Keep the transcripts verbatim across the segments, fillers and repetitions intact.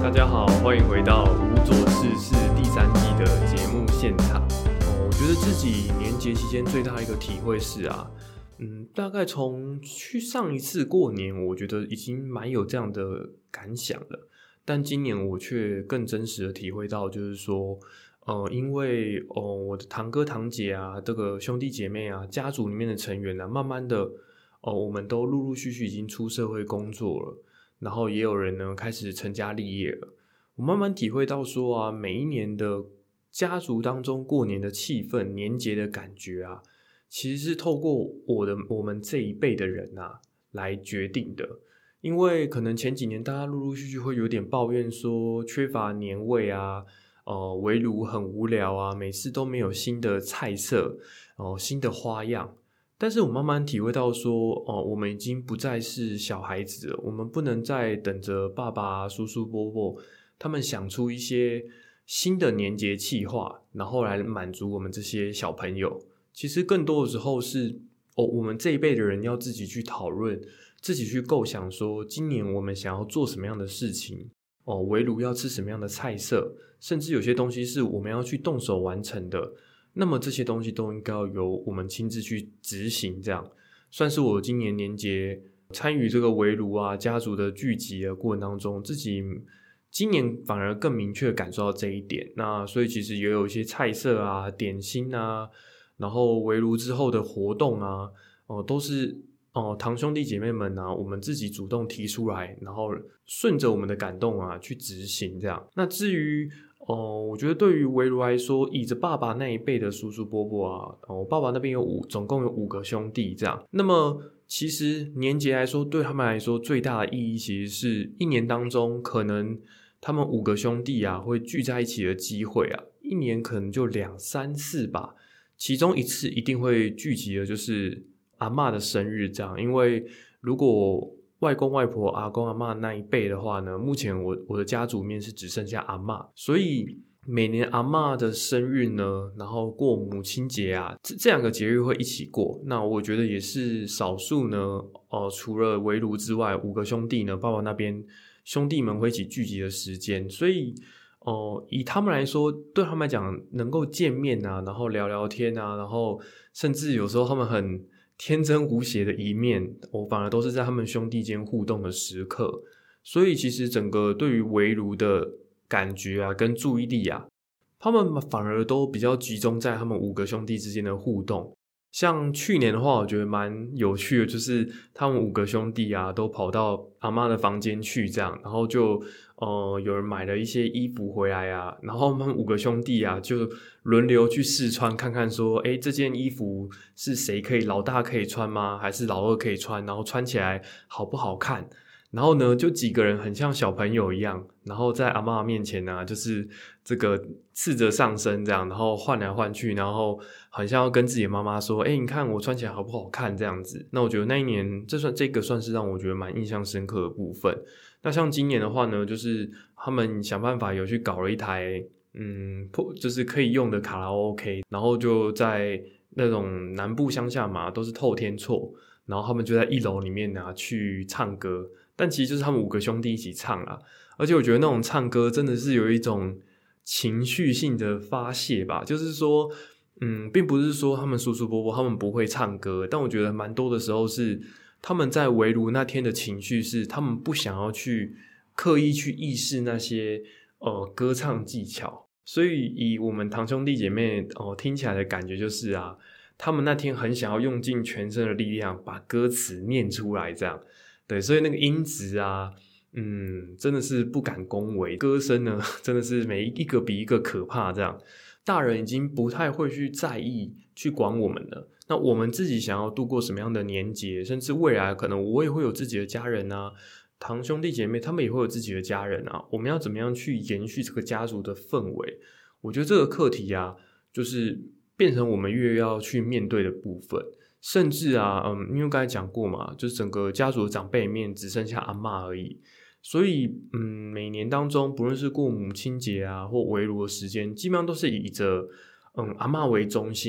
大家好，欢迎回到无所事事第三季的节目现场。哦，我觉得自己年节期间最大的一个体会是啊，嗯，大概从去上一次过年，我觉得已经蛮有这样的感想了。但今年我却更真实的体会到，就是说，呃，因为哦、呃，我的堂哥堂姐啊，这个兄弟姐妹啊，家族里面的成员啊，慢慢的，哦、呃，我们都陆陆续续已经出社会工作了。然后也有人呢开始成家立业了。我慢慢体会到说啊，每一年的家族当中过年的气氛、年节的感觉啊，其实是透过我的我们这一辈的人啊来决定的。因为可能前几年大家陆陆续续会有点抱怨说缺乏年味啊，呃，围炉很无聊啊，每次都没有新的菜色，哦、呃，新的花样。但是我慢慢体会到说，哦，我们已经不再是小孩子了，我们不能再等着爸爸、叔叔、伯伯他们想出一些新的年节企划，然后来满足我们这些小朋友。其实更多的时候是，哦，我们这一辈的人要自己去讨论，自己去构想说，今年我们想要做什么样的事情，哦，围炉要吃什么样的菜色，甚至有些东西是我们要去动手完成的。那么这些东西都应该要由我们亲自去执行，这样算是我今年年节参与这个围炉啊家族的聚集的过程当中，自己今年反而更明确感受到这一点。那所以其实也有一些菜色啊、点心啊，然后围炉之后的活动啊，哦、呃，都是哦、呃、堂兄弟姐妹们啊，我们自己主动提出来，然后顺着我们的感动啊去执行这样。那至于哦、呃，我觉得对于围炉来说，以着爸爸那一辈的叔叔伯伯啊，哦、呃，爸爸那边有五，总共有五个兄弟这样。那么其实年节来说，对他们来说最大的意义，其实是一年当中可能他们五个兄弟啊会聚在一起的机会啊，一年可能就两三次吧。其中一次一定会聚集的就是阿嬷的生日这样，因为如果外公外婆阿公阿嬷那一辈的话呢，目前我我的家族里面是只剩下阿嬷，所以每年阿嬷的生日呢，然后过母亲节啊，这这两个节日会一起过。那我觉得也是少数呢，呃，除了围炉之外，五个兄弟呢，爸爸那边兄弟们会一起聚集的时间，所以哦、呃，以他们来说，对他们来讲，能够见面啊，然后聊聊天啊，然后甚至有时候他们很天真无邪的一面，我反而都是在他们兄弟间互动的时刻。所以其实整个对于围炉的感觉啊，跟注意力啊，他们反而都比较集中在他们五个兄弟之间的互动。像去年的话，我觉得蛮有趣的，就是他们五个兄弟啊，都跑到阿嬷的房间去，这样，然后就呃有人买了一些衣服回来啊，然后他们五个兄弟啊，就轮流去试穿，看看说，诶，这件衣服是谁可以，老大可以穿吗？还是老二可以穿？然后穿起来好不好看？然后呢，就几个人很像小朋友一样，然后在阿嬷面前啊，就是这个赤着上身这样，然后换来换去，然后好像要跟自己的妈妈说：“哎，你看我穿起来好不好看？”这样子。那我觉得那一年，这算这个算是让我觉得蛮印象深刻的部分。那像今年的话呢，就是他们想办法有去搞了一台，嗯，就是可以用的卡拉 OK， 然后就在那种南部乡下嘛，都是透天厝，然后他们就在一楼里面啊去唱歌。但其实就是他们五个兄弟一起唱啊，而且我觉得那种唱歌真的是有一种情绪性的发泄吧，就是说，嗯，并不是说他们叔叔伯伯他们不会唱歌，但我觉得蛮多的时候是他们在围炉那天的情绪是他们不想要去刻意去意识那些呃歌唱技巧，所以以我们堂兄弟姐妹哦、呃、听起来的感觉就是啊，他们那天很想要用尽全身的力量把歌词念出来，这样。对，所以那个音质啊，嗯，真的是不敢恭维。歌声呢，真的是每一个比一个可怕。这样，大人已经不太会去在意、去管我们了。那我们自己想要度过什么样的年节，甚至未来可能我也会有自己的家人啊，堂兄弟姐妹他们也会有自己的家人啊。我们要怎么样去延续这个家族的氛围？我觉得这个课题啊，就是变成我们越要去面对的部分。甚至啊，嗯，因为刚才讲过嘛，就是整个家族的长辈里面只剩下阿嬷而已，所以嗯，每年当中不论是过母亲节啊或围炉的时间，基本上都是以着嗯阿嬷为中心，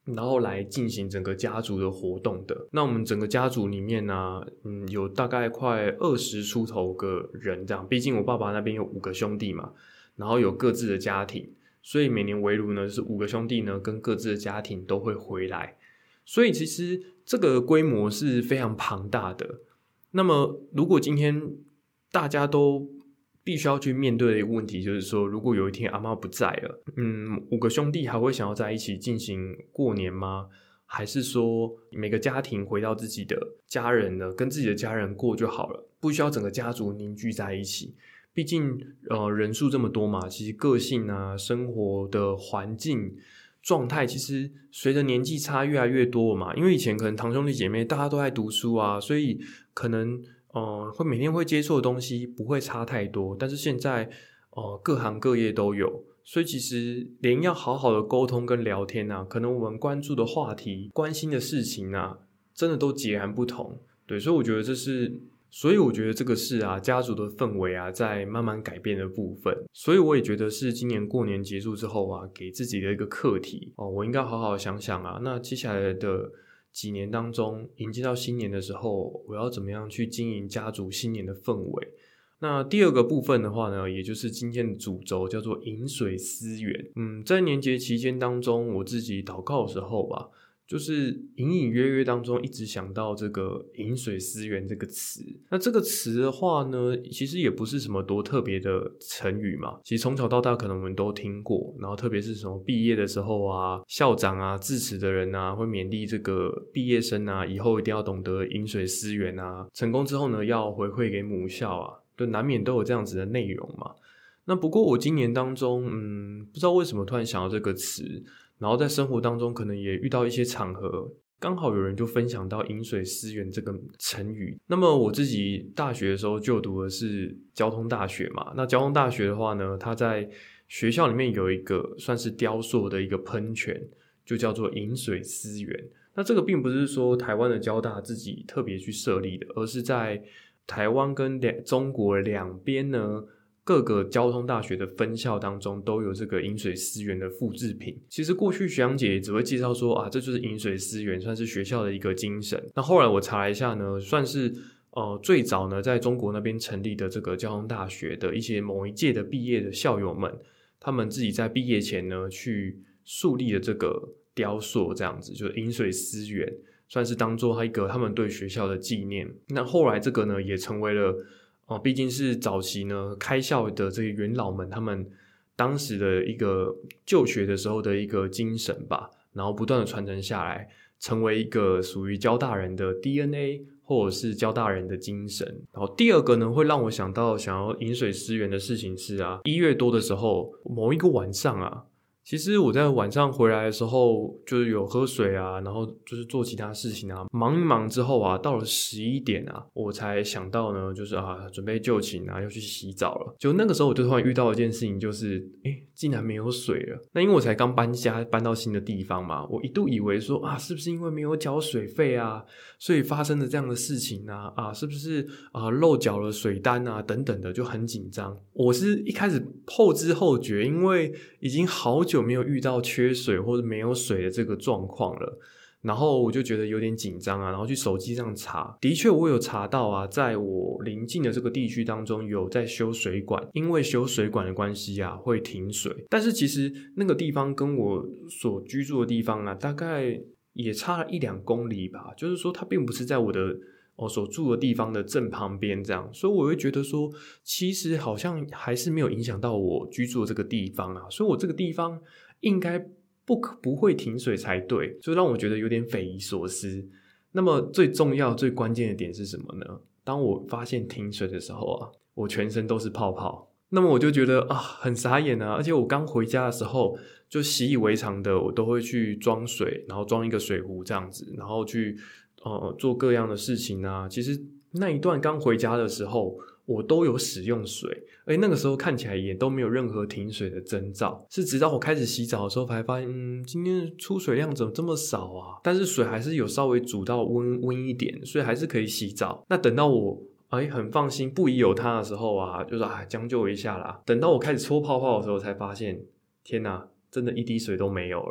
然后来进行整个家族的活动的。那我们整个家族里面呢、啊，嗯，有大概快二十出头个人这样，毕竟我爸爸那边有五个兄弟嘛，然后有各自的家庭，所以每年围炉呢是五个兄弟呢跟各自的家庭都会回来，所以其实这个规模是非常庞大的。那么如果今天大家都必须要去面对的一个问题，就是说如果有一天阿嬷不在了，嗯，五个兄弟还会想要在一起进行过年吗？还是说每个家庭回到自己的家人呢，跟自己的家人过就好了，不需要整个家族凝聚在一起？毕竟呃人数这么多嘛，其实个性啊、生活的环境状态其实随着年纪差越来越多嘛。因为以前可能堂兄弟姐妹大家都在读书啊，所以可能呃会每天会接触的东西不会差太多，但是现在呃各行各业都有，所以其实连要好好的沟通跟聊天啊，可能我们关注的话题、关心的事情啊，真的都截然不同。对，所以我觉得这是所以我觉得这个是啊家族的氛围啊在慢慢改变的部分。所以我也觉得是今年过年结束之后啊，给自己的一个课题哦，我应该好好想想啊，那接下来的几年当中，迎接到新年的时候，我要怎么样去经营家族新年的氛围。那第二个部分的话呢，也就是今天的主轴，叫做饮水思源。嗯，在年节期间当中，我自己祷告的时候吧，就是隐隐约约当中一直想到这个饮水思源这个词。那这个词的话呢，其实也不是什么多特别的成语嘛，其实从小到大可能我们都听过，然后特别是什么毕业的时候啊，校长啊致辞的人啊会勉励这个毕业生啊，以后一定要懂得饮水思源啊，成功之后呢要回馈给母校啊，就难免都有这样子的内容嘛。那不过我今年当中嗯，不知道为什么突然想到这个词，然后在生活当中可能也遇到一些场合，刚好有人就分享到饮水思源这个成语。那么我自己大学的时候就读的是交通大学嘛，那交通大学的话呢，它在学校里面有一个算是雕塑的一个喷泉，就叫做饮水思源。那这个并不是说台湾的交大自己特别去设立的，而是在台湾跟中国两边呢各个交通大学的分校当中都有这个饮水思源的复制品。其实过去学长姐只会介绍说啊，这就是饮水思源，算是学校的一个精神。那后来我查了一下呢，算是呃最早呢在中国那边成立的这个交通大学的一些某一届的毕业的校友们，他们自己在毕业前呢去树立了这个雕塑，这样子就是饮水思源，算是当做一个他们对学校的纪念。那后来这个呢也成为了哦，毕竟是早期呢开校的这些元老们他们当时的一个就学的时候的一个精神吧，然后不断的传承下来，成为一个属于交大人的 D N A 或者是交大人的精神。然后第二个呢会让我想到想要饮水思源的事情是啊，一月多的时候某一个晚上啊，其实我在晚上回来的时候就是有喝水啊，然后就是做其他事情啊，忙一忙之后啊，到了十一点啊，我才想到呢就是啊准备就寝啊要去洗澡了。就那个时候我就突然遇到一件事情，就是诶竟然没有水了。那因为我才刚搬家搬到新的地方嘛，我一度以为说啊是不是因为没有缴水费啊，所以发生了这样的事情啊，啊是不是啊漏缴了水单啊等等的，就很紧张。我是一开始后知后觉，因为已经好久没有遇到缺水或者没有水的这个状况了，然后我就觉得有点紧张啊，然后去手机上查，的确我有查到啊，在我邻近的这个地区当中有在修水管，因为修水管的关系啊会停水，但是其实那个地方跟我所居住的地方啊大概也差了一两公里吧，就是说它并不是在我的我所住的地方的正旁边这样，所以我会觉得说其实好像还是没有影响到我居住的这个地方啊，所以我这个地方应该不可不会停水才对，就让我觉得有点匪夷所思。那么最重要最关键的点是什么呢？当我发现停水的时候啊，我全身都是泡泡，那么我就觉得啊很傻眼啊，而且我刚回家的时候就习以为常的我都会去装水，然后装一个水壶这样子，然后去呃做各样的事情啊。其实那一段刚回家的时候我都有使用水，而且那个时候看起来也都没有任何停水的征兆，是直到我开始洗澡的时候才发现嗯，今天的出水量怎么这么少啊，但是水还是有稍微煮到温温一点，所以还是可以洗澡。那等到我哎，很放心不疑有他的时候啊，就是啊将就一下啦，等到我开始搓泡泡的时候才发现天哪，真的一滴水都没有了。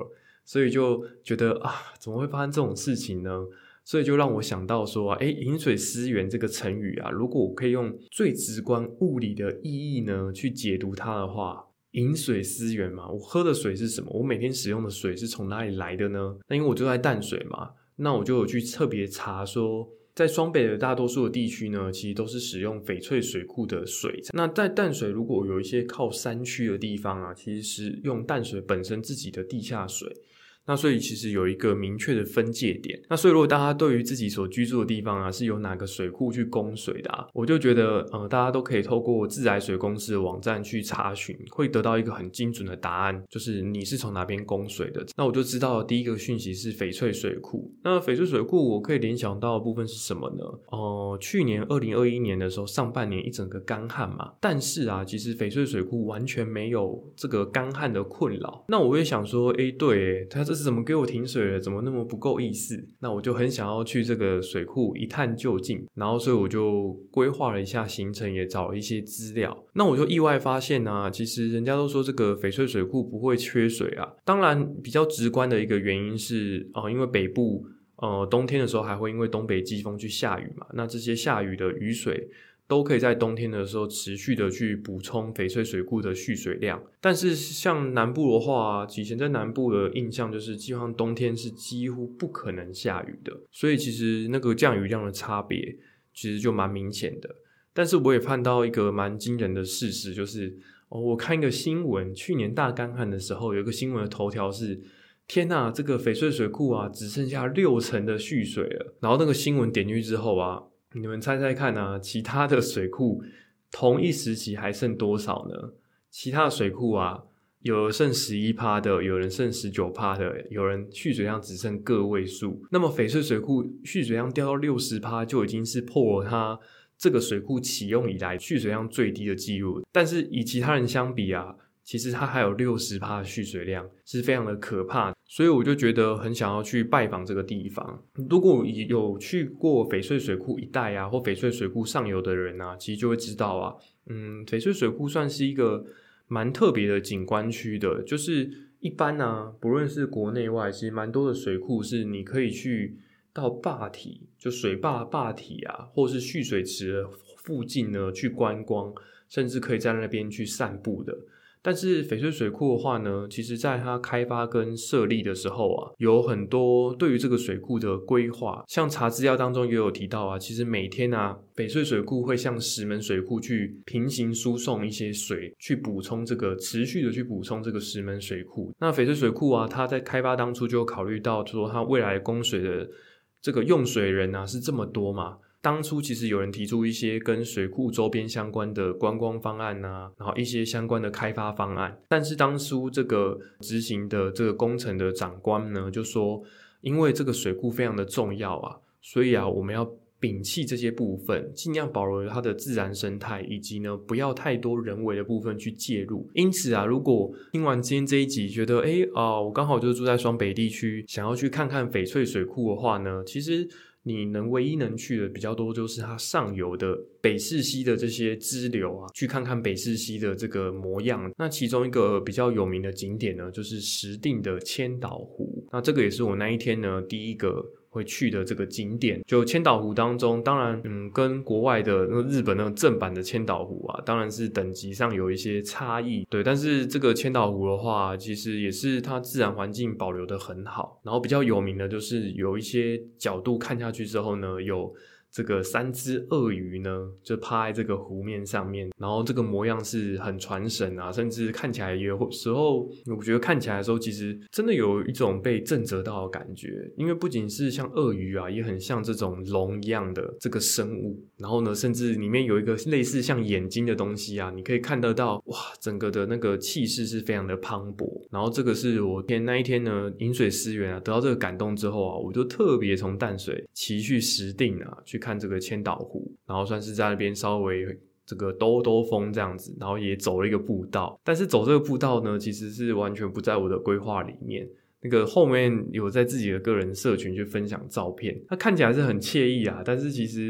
所以就觉得啊，怎么会发生这种事情呢？所以就让我想到说，诶，饮水思源这个成语啊，如果我可以用最直观物理的意义呢去解读它的话，饮水思源嘛，我喝的水是什么？我每天使用的水是从哪里来的呢？那因为我就在淡水嘛，那我就有去特别查说，在双北的大多数的地区呢，其实都是使用翡翠水库的水。那在淡水如果有一些靠山区的地方啊，其实是用淡水本身自己的地下水。那所以其实有一个明确的分界点。那所以如果大家对于自己所居住的地方啊是有哪个水库去供水的啊，我就觉得呃大家都可以透过自来水公司的网站去查询，会得到一个很精准的答案，就是你是从哪边供水的。那我就知道第一个讯息是翡翠水库。那翡翠水库我可以联想到的部分是什么呢？呃去年二零二一年的时候上半年一整个干旱嘛，但是啊其实翡翠水库完全没有这个干旱的困扰。那我也想说诶对，它这是怎么给我停水了？怎么那么不够意思？那我就很想要去这个水库一探究竟，然后所以我就规划了一下行程，也找了一些资料。那我就意外发现啊，其实人家都说这个翡翠水库不会缺水啊。当然比较直观的一个原因是呃，因为北部呃冬天的时候还会因为东北季风去下雨嘛，那这些下雨的雨水都可以在冬天的时候持续的去补充翡翠水库的蓄水量。但是像南部的话，以前在南部的印象就是基本上冬天是几乎不可能下雨的，所以其实那个降雨量的差别其实就蛮明显的。但是我也看到一个蛮惊人的事实，就是哦，我看一个新闻，去年大干旱的时候有一个新闻的头条是天哪，这个翡翠水库啊只剩下六成的蓄水了。然后那个新闻点进去之后啊，你们猜猜看啊，其他的水库同一时期还剩多少呢？其他的水库啊，有人剩 百分之十一 的，有人剩 百分之十九 的，有人蓄水量只剩个位数。那么翡翠水库蓄水量掉到 百分之六十 就已经是破了它这个水库启用以来蓄水量最低的记录。但是以其他人相比啊，其实它还有 百分之六十 的蓄水量，是非常的可怕。所以我就觉得很想要去拜访这个地方。如果有去过翡翠水库一带啊，或翡翠水库上游的人啊，其实就会知道啊，嗯，翡翠水库算是一个蛮特别的景观区的。就是一般啊，不论是国内外，其实蛮多的水库是你可以去到坝体，就水坝坝体啊，或是蓄水池的附近呢去观光，甚至可以在那边去散步的。但是翡翠水库的话呢，其实在它开发跟设立的时候啊，有很多对于这个水库的规划。像查资料当中也有提到啊，其实每天啊，翡翠水库会向石门水库去平行输送一些水，去补充这个持续的去补充这个石门水库。那翡翠水库啊，它在开发当初就有考虑到说它未来供水的这个用水人啊是这么多嘛。当初其实有人提出一些跟水库周边相关的观光方案啊，然后一些相关的开发方案，但是当初这个执行的这个工程的长官呢就说，因为这个水库非常的重要啊，所以啊我们要摒弃这些部分，尽量保留它的自然生态，以及呢不要太多人为的部分去介入。因此啊，如果听完今天这一集觉得诶啊、呃，我刚好就是住在双北地区，想要去看看翡翠水库的话呢，其实你能唯一能去的比较多就是它上游的北势溪的这些支流啊，去看看北势溪的这个模样。那其中一个比较有名的景点呢，就是石碇的千岛湖。那这个也是我那一天呢第一个会去的这个景点。就千岛湖当中，当然嗯，跟国外的那日本那个正版的千岛湖啊，当然是等级上有一些差异，对。但是这个千岛湖的话，其实也是它自然环境保留得很好。然后比较有名的就是有一些角度看下去之后呢，有这个三只鳄鱼呢就趴在这个湖面上面，然后这个模样是很传神啊，甚至看起来有时候我觉得看起来的时候其实真的有一种被震慑到的感觉。因为不仅是像鳄鱼啊，也很像这种龙一样的这个生物，然后呢甚至里面有一个类似像眼睛的东西啊，你可以看得到哇，整个的那个气势是非常的磅礴。然后这个是我天那一天呢饮水思源啊，得到这个感动之后啊，我就特别从淡水骑去石碇啊去看这个千岛湖，然后算是在那边稍微这个兜兜风这样子，然后也走了一个步道。但是走这个步道呢，其实是完全不在我的规划里面。那个后面有在自己的个人社群去分享照片，它看起来是很惬意啊，但是其实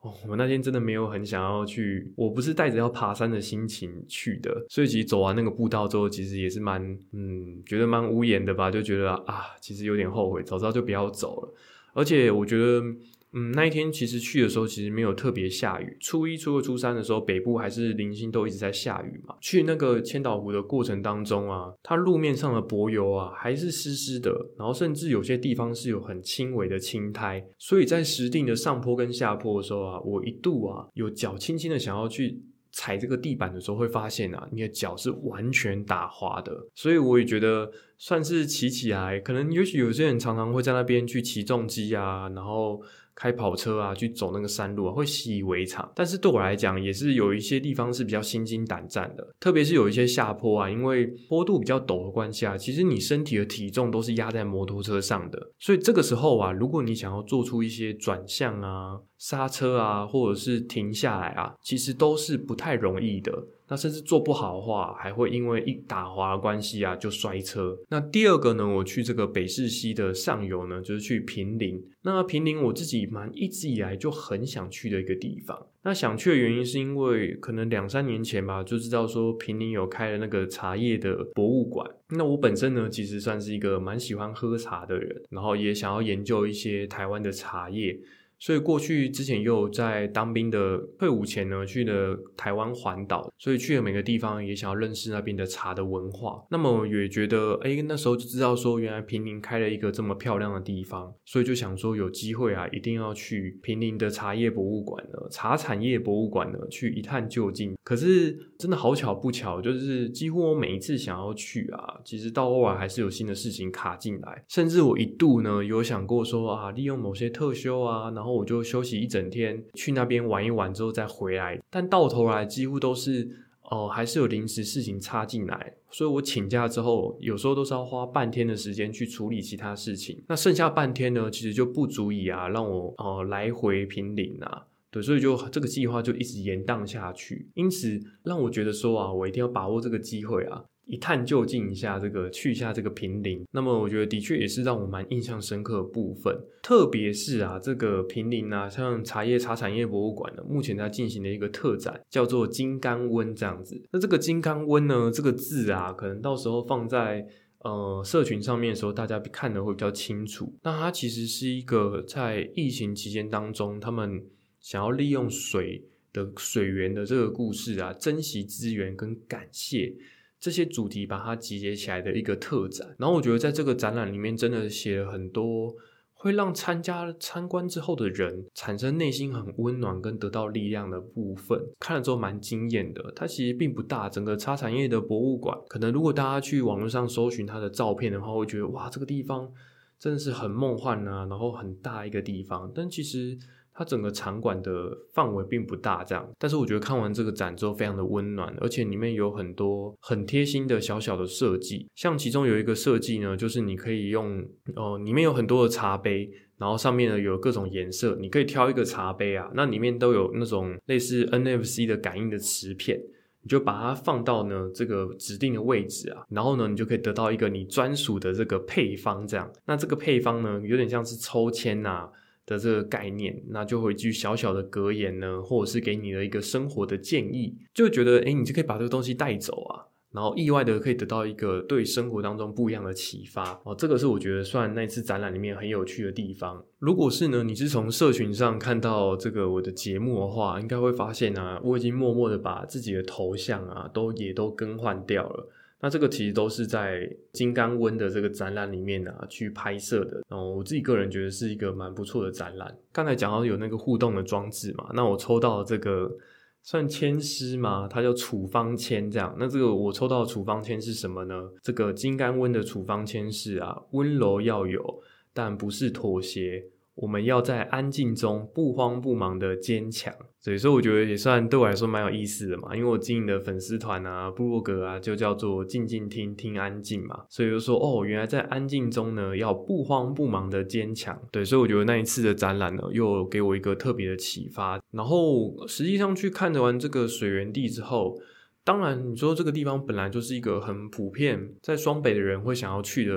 哦，我那天真的没有很想要去，我不是带着要爬山的心情去的，所以其实走完那个步道之后，其实也是蛮，嗯，觉得蛮无言的吧，就觉得啊，其实有点后悔，早知道就不要走了。而且我觉得，嗯，那一天其实去的时候，其实没有特别下雨。初一、初二、初三的时候，北部还是零星都一直在下雨嘛。去那个千岛湖的过程当中啊，它路面上的柏油啊还是湿湿的，然后甚至有些地方是有很轻微的青苔。所以在石碇的上坡跟下坡的时候啊，我一度啊有脚轻轻的想要去踩这个地板的时候，会发现啊，你的脚是完全打滑的。所以我也觉得算是骑起来，可能也许有些人常常会在那边去骑重机啊，然后开跑车啊，去走那个山路啊，会习以为常。但是对我来讲，也是有一些地方是比较心惊胆战的，特别是有一些下坡啊，因为坡度比较陡的关系啊，其实你身体的体重都是压在摩托车上的，所以这个时候啊，如果你想要做出一些转向啊、刹车啊，或者是停下来啊，其实都是不太容易的。那甚至做不好的话，还会因为一打滑的关系啊，就摔车。那第二个呢，我去这个北势溪的上游呢，就是去坪林。那坪林我自己蛮一直以来就很想去的一个地方。那想去的原因是因为可能两三年前吧，就知道说坪林有开了那个茶叶的博物馆。那我本身呢，其实算是一个蛮喜欢喝茶的人，然后也想要研究一些台湾的茶叶。所以过去之前又有在当兵的退伍前呢，去了台湾环岛，所以去了每个地方也想要认识那边的茶的文化。那么也觉得诶那时候就知道说原来坪林开了一个这么漂亮的地方，所以就想说有机会啊，一定要去坪林的茶叶博物馆呢，茶产业博物馆呢去一探究竟。可是真的好巧不巧，就是几乎我每一次想要去啊，其实到后来还是有新的事情卡进来，甚至我一度呢有想过说啊，利用某些特休啊，然后我就休息一整天，去那边玩一玩之后再回来，但到头来几乎都是哦、呃，还是有临时事情插进来，所以我请假之后，有时候都是要花半天的时间去处理其他事情，那剩下半天呢，其实就不足以啊让我呃来回坪林啊。对，所以就这个计划就一直延宕下去，因此让我觉得说啊，我一定要把握这个机会啊，一探究竟一下这个去一下这个坪林。那么我觉得的确也是让我蛮印象深刻的部分，特别是啊这个坪林啊，像茶叶茶产业博物馆呢，目前在进行的一个特展叫做金刚温这样子。那这个金刚温呢，这个字啊，可能到时候放在呃，社群上面的时候，大家看得会比较清楚。那它其实是一个在疫情期间当中，他们想要利用水的水源的这个故事啊，珍惜资源跟感谢这些主题把它集结起来的一个特展。然后我觉得在这个展览里面真的写了很多会让参加参观之后的人产生内心很温暖跟得到力量的部分，看了之后蛮惊艳的。它其实并不大，整个茶产业的博物馆可能如果大家去网络上搜寻它的照片的话，会觉得哇这个地方真的是很梦幻啊，然后很大一个地方，但其实它整个场馆的范围并不大这样，但是我觉得看完这个展之后非常的温暖，而且里面有很多很贴心的小小的设计，像其中有一个设计呢，就是你可以用呃，里面有很多的茶杯，然后上面呢有各种颜色，你可以挑一个茶杯啊，那里面都有那种类似 N F C 的感应的磁片，你就把它放到呢这个指定的位置啊，然后呢你就可以得到一个你专属的这个配方这样。那这个配方呢有点像是抽签啊的这个概念，那就会一句小小的格言呢，或者是给你的一个生活的建议，就觉得诶你就可以把这个东西带走啊，然后意外的可以得到一个对生活当中不一样的启发哦，这个是我觉得算那次展览里面很有趣的地方。如果是呢你是从社群上看到这个我的节目的话，应该会发现啊，我已经默默的把自己的头像啊都也都更换掉了。那这个其实都是在金刚温的这个展览里面啊去拍摄的，然后我自己个人觉得是一个蛮不错的展览。刚才讲到有那个互动的装置嘛，那我抽到这个算签诗吗？它叫处方签这样。那这个我抽到的处方签是什么呢？这个金刚温的处方签是啊，温柔要有，但不是妥协。我们要在安静中不慌不忙的坚强。所以说我觉得也算对我来说蛮有意思的嘛，因为我经营的粉丝团啊部落格啊就叫做静静听听安静嘛，所以就说哦原来在安静中呢要不慌不忙的坚强。对，所以我觉得那一次的展览呢又给我一个特别的启发。然后实际上去看完这个水源地之后，当然你说这个地方本来就是一个很普遍在双北的人会想要去的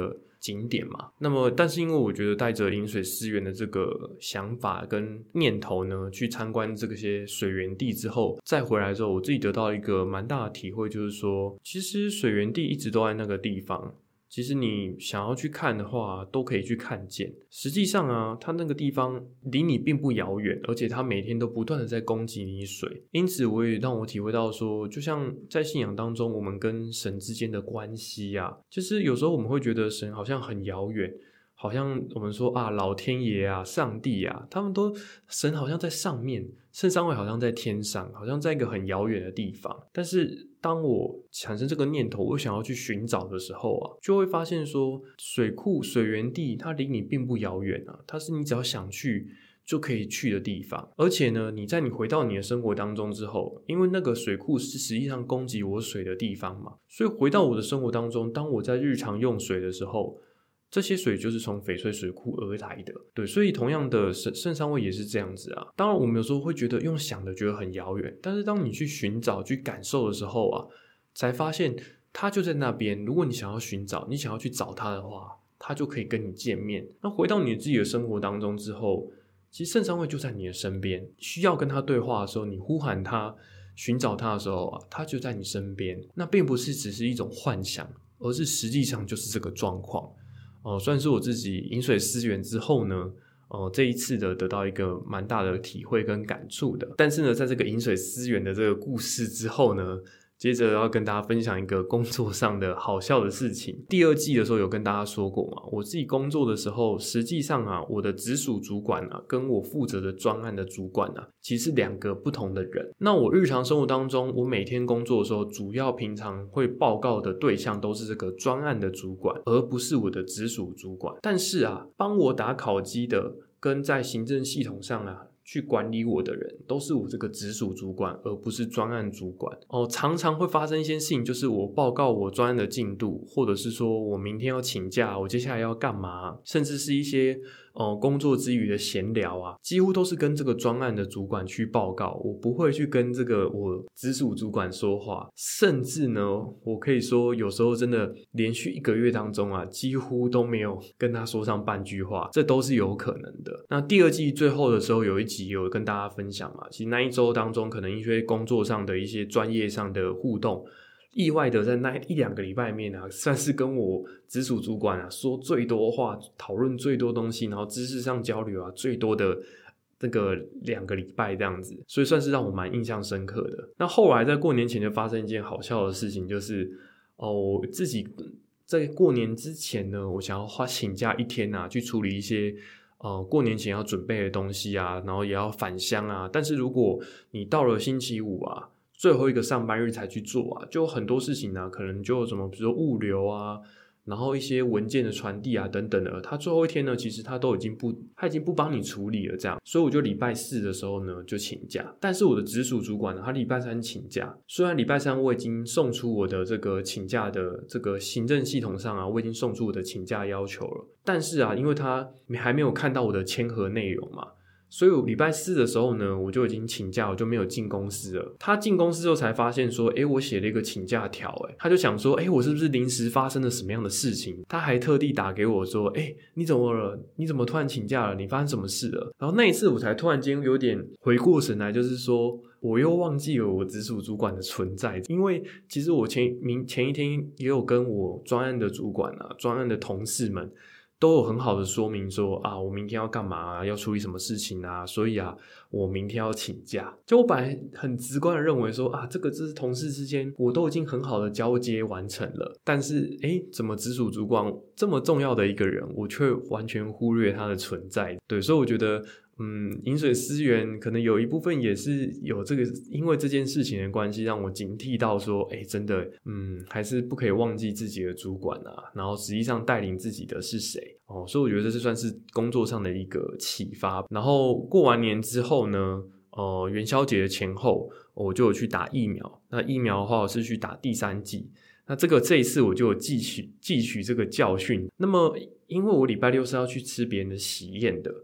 景点嘛。那么但是因为我觉得带着饮水思源的这个想法跟念头呢，去参观这些水源地之后，再回来之后，我自己得到一个蛮大的体会，就是说其实水源地一直都在那个地方，其实你想要去看的话都可以去看见。实际上啊，它那个地方离你并不遥远，而且它每天都不断的在供给你水。因此我也让我体会到说，就像在信仰当中我们跟神之间的关系啊，就是有时候我们会觉得神好像很遥远，好像我们说啊，老天爷啊，上帝啊，他们都神好像在上面，圣三位好像在天上，好像在一个很遥远的地方。但是当我产生这个念头，我想要去寻找的时候啊，就会发现说，水库、水源地它离你并不遥远啊，它是你只要想去就可以去的地方。而且呢，你在你回到你的生活当中之后，因为那个水库是实际上供给我水的地方嘛，所以回到我的生活当中，当我在日常用水的时候，这些水就是从翡翠水库而来的。对，所以同样的圣圣三位也是这样子啊。当然我们有时候会觉得用想的觉得很遥远，但是当你去寻找去感受的时候啊，才发现它就在那边。如果你想要寻找，你想要去找它的话，它就可以跟你见面。那回到你自己的生活当中之后，其实圣三位就在你的身边，需要跟他对话的时候，你呼喊他寻找他的时候啊，他就在你身边。那并不是只是一种幻想，而是实际上就是这个状况。哦，算是我自己饮水思源之后呢，哦，这一次的得到一个蛮大的体会跟感触的。但是呢，在这个饮水思源的这个故事之后呢，接着要跟大家分享一个工作上的好笑的事情。第二季的时候有跟大家说过嘛，我自己工作的时候，实际上啊，我的直属主管啊，跟我负责的专案的主管啊，其实是两个不同的人。那我日常生活当中，我每天工作的时候，主要平常会报告的对象都是这个专案的主管，而不是我的直属主管。但是啊，帮我打考绩的跟在行政系统上啊去管理我的人都是我这个直属主管，而不是专案主管。哦，常常会发生一些事情，就是我报告我专案的进度，或者是说我明天要请假，我接下来要干嘛，甚至是一些呃工作之余的闲聊啊，几乎都是跟这个专案的主管去报告，我不会去跟这个我直属主管说话。甚至呢，我可以说有时候真的连续一个月当中啊，几乎都没有跟他说上半句话，这都是有可能的。那第二季最后的时候有一集有跟大家分享嘛，其实那一周当中可能因为工作上的一些专业上的互动，意外的在那一两个礼拜里面啊，算是跟我直属主管啊说最多话，讨论最多东西，然后知识上交流啊最多的那个两个礼拜这样子，所以算是让我蛮印象深刻的。那后来在过年前就发生一件好笑的事情，就是哦，我自己在过年之前呢，我想要花请假一天啊，去处理一些呃，过年前要准备的东西啊，然后也要返乡啊。但是如果你到了星期五啊，最后一个上班日才去做啊，就很多事情啊，可能就什么，比如说物流啊，然后一些文件的传递啊等等的，他最后一天呢，其实他都已经不，他已经不帮你处理了这样。所以我就礼拜四的时候呢就请假，但是我的直属主管呢，他礼拜三请假。虽然礼拜三我已经送出我的这个请假的这个行政系统上啊，我已经送出我的请假要求了，但是啊，因为他还没有看到我的签核内容嘛，所以我礼拜四的时候呢，我就已经请假，我就没有进公司了。他进公司之后才发现说，诶，我写了一个请假条，诶，他就想说，诶，我是不是临时发生了什么样的事情？他还特地打给我说，诶，你怎么了？你怎么突然请假了？你发生什么事了？然后那一次我才突然间有点回过神来，就是说我又忘记了我直属主管的存在，因为其实我前明前一天也有跟我专案的主管啊、专案的同事们都有很好的说明说啊，我明天要干嘛啊，要处理什么事情啊，所以啊，我明天要请假。就我本来很直观的认为说啊，这个这是同事之间我都已经很好的交接完成了，但是诶，怎么直属主管这么重要的一个人，我却完全忽略他的存在。对，所以我觉得嗯，饮水思源可能有一部分也是有这个，因为这件事情的关系，让我警惕到说，哎，真的，嗯，还是不可以忘记自己的主管啊，然后实际上带领自己的是谁哦，所以我觉得这是算是工作上的一个启发。然后过完年之后呢，呃，元宵节的前后，我就有去打疫苗。那疫苗的话，我是去打第三剂。那这个这一次我就有汲取汲取这个教训。那么，因为我礼拜六是要去吃别人的喜宴的。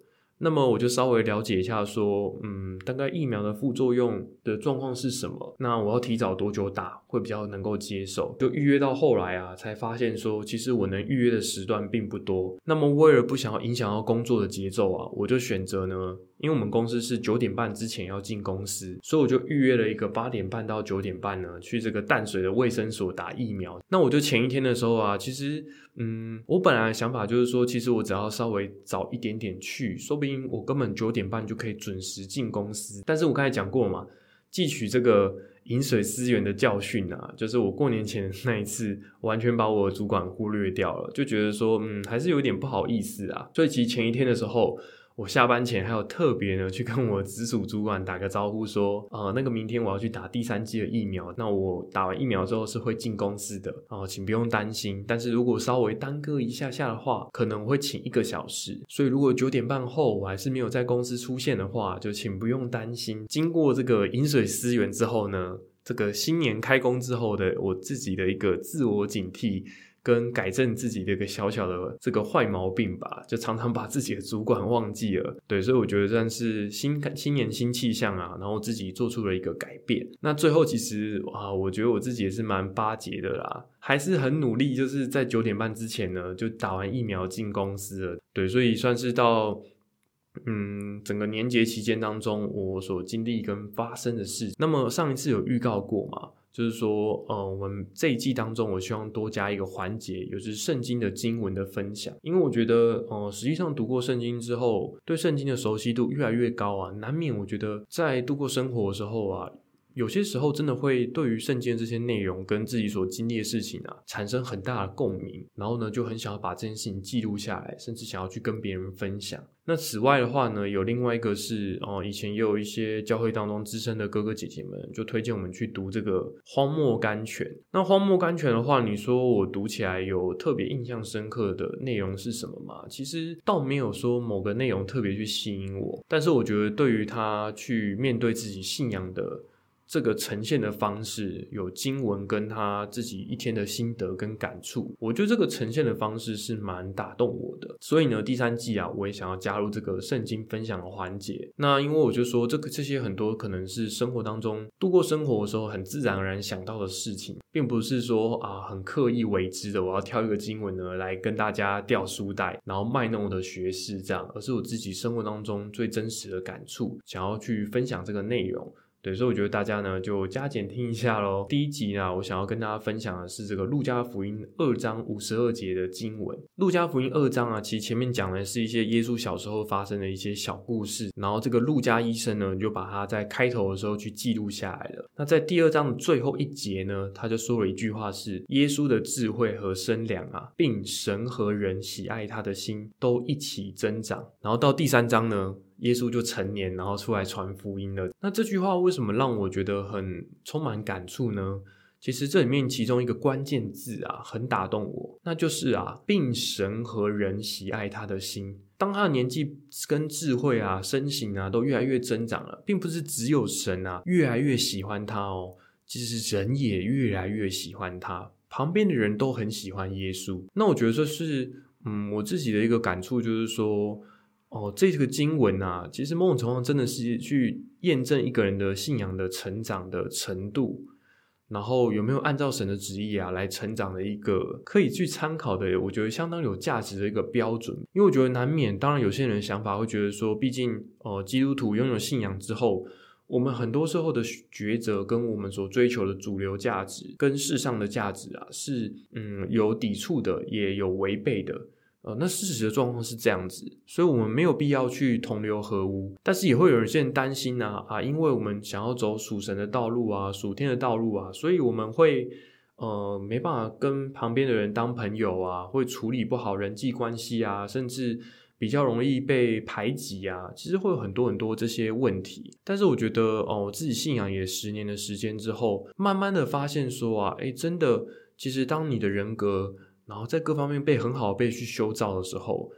那么我就稍微了解一下说，嗯，大概疫苗的副作用的状况是什么，那我要提早多久打会比较能够接受。就预约到后来啊，才发现说其实我能预约的时段并不多。那么为了不想要影响到工作的节奏啊，我就选择呢，因为我们公司是九点半之前要进公司，所以我就预约了一个八点半到九点半呢，去这个淡水的卫生所打疫苗。那我就前一天的时候啊，其实嗯，我本来的想法就是说，其实我只要稍微早一点点去，说不定我根本九点半就可以准时进公司。但是我刚才讲过嘛，汲取这个饮水思源的教训啊，就是我过年前的那一次完全把我的主管忽略掉了，就觉得说嗯，还是有点不好意思啊。所以其实前一天的时候，我下班前还有特别呢去跟我直属主管打个招呼说，呃，那个明天我要去打第三剂的疫苗，那我打完疫苗之后是会进公司的，呃，请不用担心。但是如果稍微耽搁一下下的话，可能会请一个小时。所以如果九点半后我还是没有在公司出现的话，就请不用担心。经过这个饮水思源之后呢，这个新年开工之后的我自己的一个自我警惕，跟改正自己的一个小小的这个坏毛病吧，就常常把自己的主管忘记了。对，所以我觉得算是新新年新气象啊，然后自己做出了一个改变。那最后其实啊，我觉得我自己也是蛮巴结的啦，还是很努力，就是在九点半之前呢就打完疫苗进公司了。对，所以算是到嗯，整个年节期间当中我所经历跟发生的事。那么上一次有预告过嘛，就是说呃，我们这一季当中我希望多加一个环节，也就是圣经的经文的分享。因为我觉得呃，实际上读过圣经之后，对圣经的熟悉度越来越高啊，难免我觉得在度过生活的时候啊，有些时候真的会对于圣经这些内容跟自己所经历的事情啊产生很大的共鸣，然后呢就很想要把这件事情记录下来，甚至想要去跟别人分享。那此外的话呢，有另外一个是哦，以前也有一些教会当中资深的哥哥姐姐们就推荐我们去读这个荒漠甘泉。那荒漠甘泉的话，你说我读起来有特别印象深刻的内容是什么吗？其实倒没有说某个内容特别去吸引我，但是我觉得对于他去面对自己信仰的这个呈现的方式，有经文跟他自己一天的心得跟感触，我觉得这个呈现的方式是蛮打动我的。所以呢，第三季啊，我也想要加入这个圣经分享的环节。那因为我就说这个这些很多可能是生活当中度过生活的时候很自然而然想到的事情，并不是说啊很刻意为之的，我要挑一个经文呢来跟大家吊书袋，然后卖弄我的学识这样，而是我自己生活当中最真实的感触，想要去分享这个内容。对，所以我觉得大家呢就加减听一下咯。第一集呢，我想要跟大家分享的是这个路加福音二章五十二节的经文。路加福音二章啊，其实前面讲的是一些耶稣小时候发生的一些小故事，然后这个路加医生呢就把它在开头的时候去记录下来了。那在第二章的最后一节呢，他就说了一句话是，耶稣的智慧和身量啊，并神和人喜爱他的心都一起增长。然后到第三章呢，耶稣就成年，然后出来传福音了。那这句话为什么让我觉得很充满感触呢？其实这里面其中一个关键字啊，很打动我，那就是啊，并神和人喜爱他的心。当他的年纪跟智慧啊、身形啊都越来越增长了，并不是只有神啊越来越喜欢他哦，其实人也越来越喜欢他，旁边的人都很喜欢耶稣。那我觉得这是嗯我自己的一个感触，就是说哦，这个经文啊，其实某种程度上真的是去验证一个人的信仰的成长的程度，然后有没有按照神的旨意啊来成长的一个可以去参考的，我觉得相当有价值的一个标准。因为我觉得难免，当然有些人的想法会觉得说，毕竟呃基督徒拥有信仰之后，我们很多时候的抉择跟我们所追求的主流价值跟世上的价值啊，是嗯有抵触的，也有违背的。呃，那事实的状况是这样子，所以我们没有必要去同流合污，但是也会有人现在担心啊啊，因为我们想要走属神的道路啊，属天的道路啊，所以我们会呃没办法跟旁边的人当朋友啊，会处理不好人际关系啊，甚至比较容易被排挤啊，其实会有很多很多这些问题。但是我觉得哦，我自己信仰也十年的时间之后，慢慢的发现说啊，诶，真的，其实当你的人格然后在各方面被很好被去修造的时候，不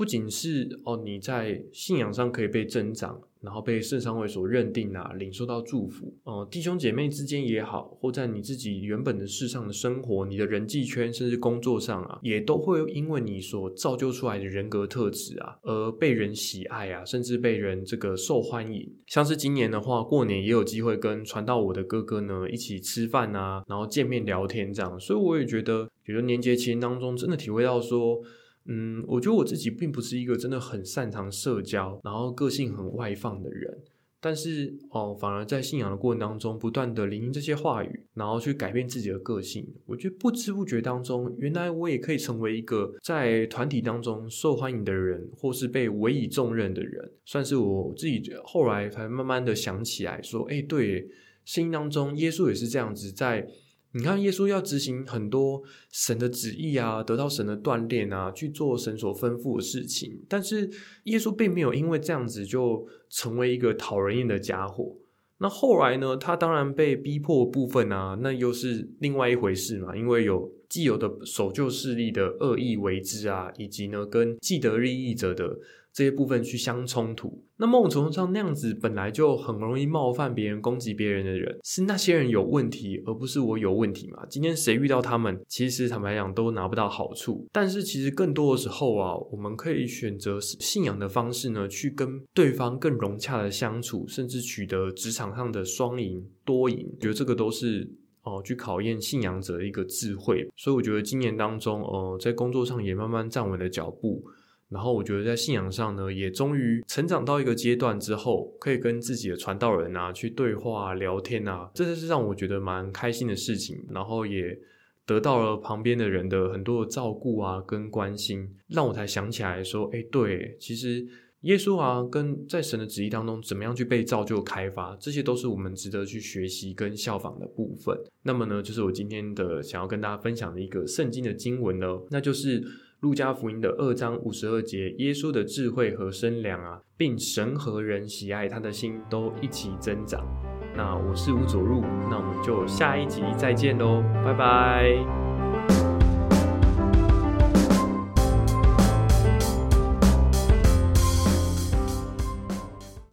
不仅是哦你在信仰上可以被增长，然后被圣上会所认定啊，领受到祝福，呃，弟兄姐妹之间也好，或在你自己原本的世上的生活，你的人际圈，甚至工作上啊，也都会因为你所造就出来的人格特质啊，而被人喜爱啊，甚至被人这个受欢迎。像是今年的话，过年也有机会跟传道我的哥哥呢一起吃饭啊，然后见面聊天这样，所以我也觉得，觉得年节期间当中真的体会到说。嗯，我觉得我自己并不是一个真的很擅长社交，然后个性很外放的人，但是哦，反而在信仰的过程当中，不断的聆听这些话语，然后去改变自己的个性。我觉得不知不觉当中，原来我也可以成为一个在团体当中受欢迎的人，或是被委以重任的人，算是我自己后来才慢慢的想起来说，哎，对，圣经当中耶稣也是这样子在。你看耶稣要执行很多神的旨意啊，得到神的锻炼啊，去做神所吩咐的事情，但是耶稣并没有因为这样子就成为一个讨人厌的家伙。那后来呢，他当然被逼迫的部分啊，那又是另外一回事嘛，因为有既有的守旧势力的恶意为之啊，以及呢跟既得利益者的这些部分去相冲突。那某种程度上那样子本来就很容易冒犯别人攻击别人的人，是那些人有问题而不是我有问题嘛。今天谁遇到他们其实坦白讲都拿不到好处，但是其实更多的时候啊，我们可以选择信仰的方式呢，去跟对方更融洽的相处，甚至取得职场上的双赢多赢。我觉得这个都是哦，去考验信仰者的一个智慧。所以我觉得今年当中呃，在工作上也慢慢站稳了脚步，然后我觉得在信仰上呢，也终于成长到一个阶段之后，可以跟自己的传道人啊去对话、啊、聊天啊，这是让我觉得蛮开心的事情。然后也得到了旁边的人的很多的照顾啊跟关心，让我才想起来说，哎，对，其实耶稣啊跟在神的旨意当中怎么样去被造就开发，这些都是我们值得去学习跟效仿的部分。那么呢，就是我今天的想要跟大家分享的一个圣经的经文呢，那就是路加福音的二章五十二节，耶稣的智慧和身量啊，并神和人喜爱他的心都一起增长。那我是吴佐入，那我们就下一集再见咯，拜拜。